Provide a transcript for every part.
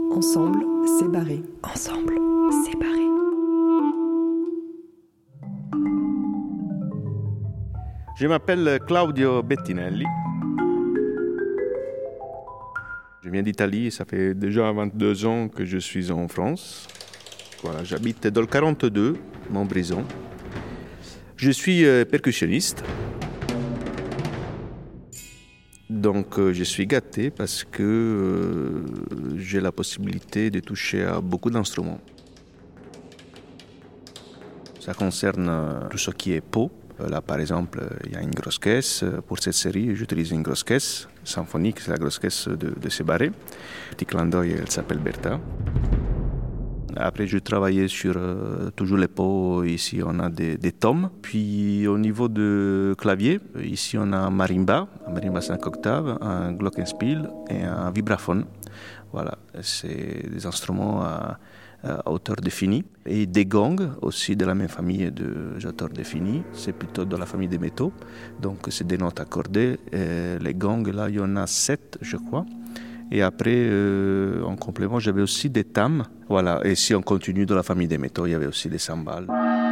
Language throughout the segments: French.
Ensemble, c'est barré. Ensemble, c'est barré. Je m'appelle Claudio Bettinelli. Je viens d'Italie et ça fait déjà 22 ans que je suis en France. Voilà, j'habite dans le 42, Montbrison. Je suis percussionniste. Donc je suis gâté parce que j'ai la possibilité de toucher à beaucoup d'instruments. Ça concerne tout ce qui est peau. Là, par exemple, il y a une grosse caisse. Pour cette série, j'utilise une grosse caisse symphonique, c'est la grosse caisse de Cebaré. Petit clin d'œil, elle s'appelle Bertha. Après, je travaillais sur toujours les pots. Ici, on a des tomes. Puis, au niveau de clavier, ici, on a un marimba 5 octaves, un glockenspiel et un vibraphone. Voilà, c'est des instruments à hauteur définie. Et des gongs, aussi de la même famille de hauteur définie. C'est plutôt dans la famille des métaux. Donc, c'est des notes accordées. Et les gongs, là, il y en a 7, je crois. Et après, en complément, j'avais aussi des tames. Voilà. Et si on continue dans la famille des métaux, il y avait aussi des cymbales.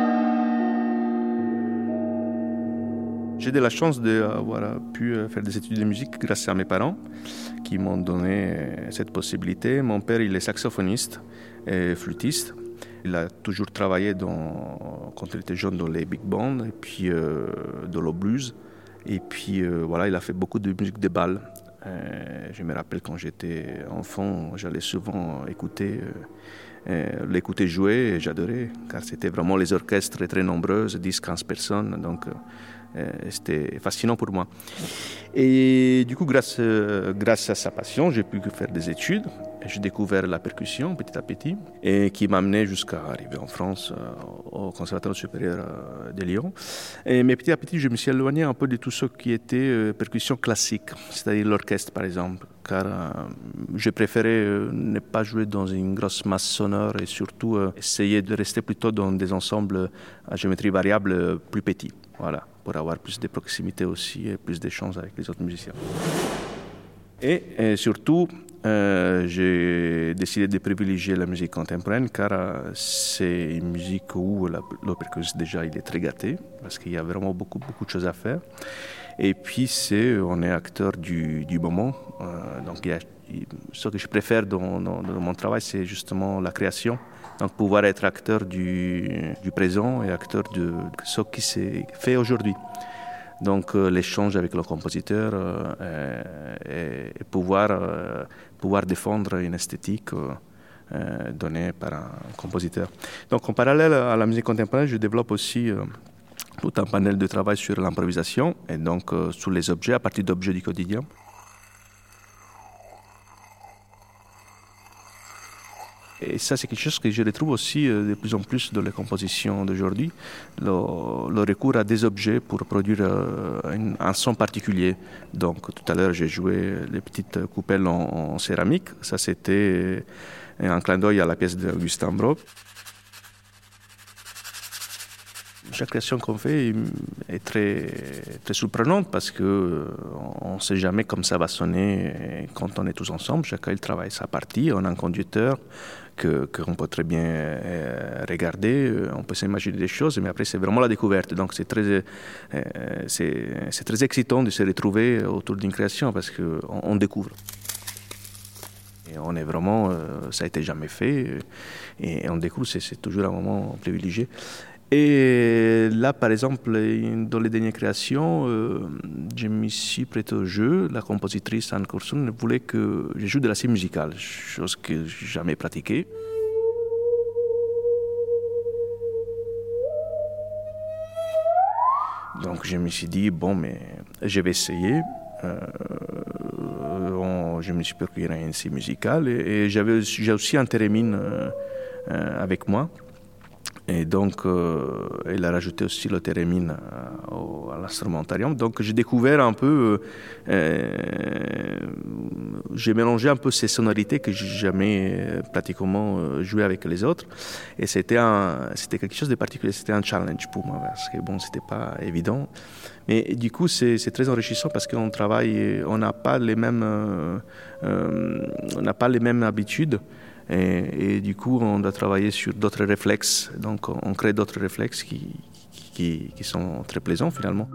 J'ai de la chance d'avoir pu faire des études de musique grâce à mes parents qui m'ont donné cette possibilité. Mon père, il est saxophoniste et flûtiste. Il a toujours travaillé quand il était jeune dans les big bands et puis dans le blues. Et puis voilà, il a fait beaucoup de musique de bal. Je me rappelle quand j'étais enfant, j'allais souvent l'écouter jouer et j'adorais, car c'était vraiment les orchestres très nombreux, 10-15 personnes, donc c'était fascinant pour moi. Et du coup, grâce à sa passion, j'ai pu faire des études. J'ai découvert la percussion petit à petit et qui m'a amené jusqu'à arriver en France au Conservatoire supérieur de Lyon. Mais petit à petit, je me suis éloigné un peu de tout ce qui était percussion classique, c'est-à-dire l'orchestre par exemple, car je préférais ne pas jouer dans une grosse masse sonore et surtout essayer de rester plutôt dans des ensembles à géométrie variable plus petits. Voilà, pour avoir plus de proximité aussi et plus d'échanges avec les autres musiciens. Et surtout, j'ai décidé de privilégier la musique contemporaine car c'est une musique où le percussiste déjà il est très gâté parce qu'il y a vraiment beaucoup de choses à faire. Et puis on est acteur du moment. Donc ce que je préfère dans mon travail, c'est justement la création. Donc pouvoir être acteur du présent et acteur de ce qui s'est fait aujourd'hui. Donc l'échange avec le compositeur et pouvoir défendre une esthétique donnée par un compositeur. Donc en parallèle à la musique contemporaine, je développe aussi tout un panel de travail sur l'improvisation et donc sur les objets, à partir d'objets du quotidien. Et ça, c'est quelque chose que je retrouve aussi de plus en plus dans les compositions d'aujourd'hui, le recours à des objets pour produire un son particulier. Donc tout à l'heure, j'ai joué les petites coupelles en céramique. Ça, c'était un clin d'œil à la pièce d'Augustin Brault. Chaque création qu'on fait est très, très surprenante parce qu'on ne sait jamais comment ça va sonner quand on est tous ensemble. Chacun il travaille sa partie, on a un conducteur qu'on peut très bien regarder, on peut s'imaginer des choses, mais après c'est vraiment la découverte. Donc c'est très excitant de se retrouver autour d'une création parce qu'on découvre. Et on est vraiment, ça a été jamais fait et on découvre, c'est toujours un moment privilégié. Et là, par exemple, dans les dernières créations, je me suis prêté au jeu. La compositrice Anne Courson voulait que je joue de la scie musicale, chose que je n'ai jamais pratiquée. Donc je me suis dit, bon, mais je vais essayer. Je me suis procuré une scie musicale et j'ai aussi un thérémine avec moi. Et donc, il a rajouté aussi le thérémine à l'instrumentarium. Donc, j'ai découvert un peu, j'ai mélangé un peu ces sonorités que j'ai jamais pratiquement joué avec les autres. Et c'était quelque chose de particulier, c'était un challenge pour moi, parce que bon, c'était pas évident. Mais du coup, c'est très enrichissant parce qu'on travaille, on n'a pas les mêmes habitudes. Et du coup, on doit travailler sur d'autres réflexes. Donc, on crée d'autres réflexes qui sont très plaisants finalement.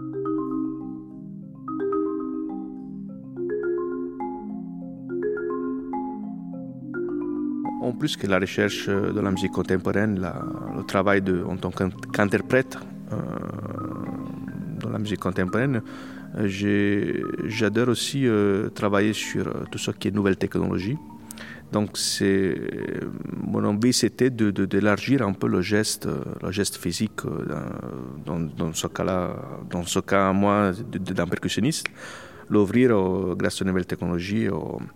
En plus que la recherche de la musique contemporaine, le travail en tant qu'interprète dans la musique contemporaine, j'adore aussi travailler sur tout ce qui est nouvelles technologies. Donc, mon envie, c'était d'élargir un peu le geste physique dans ce cas-là, dans ce cas, moi, d'un percussionniste, l'ouvrir grâce aux nouvelles technologies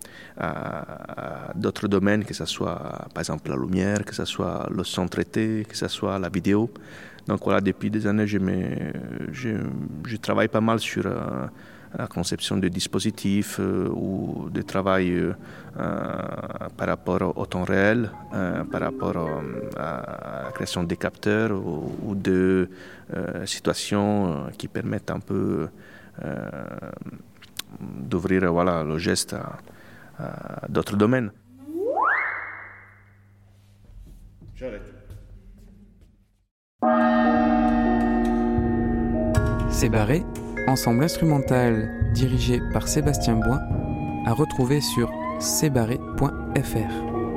à d'autres domaines, que ce soit, par exemple, la lumière, que ce soit le son traité, que ce soit la vidéo. Donc, voilà, depuis des années, je travaille pas mal sur la conception de dispositifs ou de travail par rapport au temps réel, par rapport à la création des capteurs ou de situations qui permettent un peu d'ouvrir le geste à d'autres domaines. J'arrête. C'est barré, ensemble instrumental dirigé par Sébastien Boin, à retrouver sur cbarré.fr.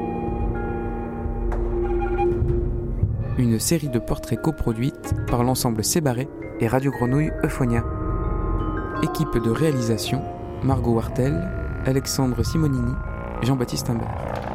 Une série de portraits coproduites par l'ensemble C'est barré et Radio Grenouille Euphonia. Équipe de réalisation, Margot Wartel, Alexandre Simonini, Jean-Baptiste Imbert.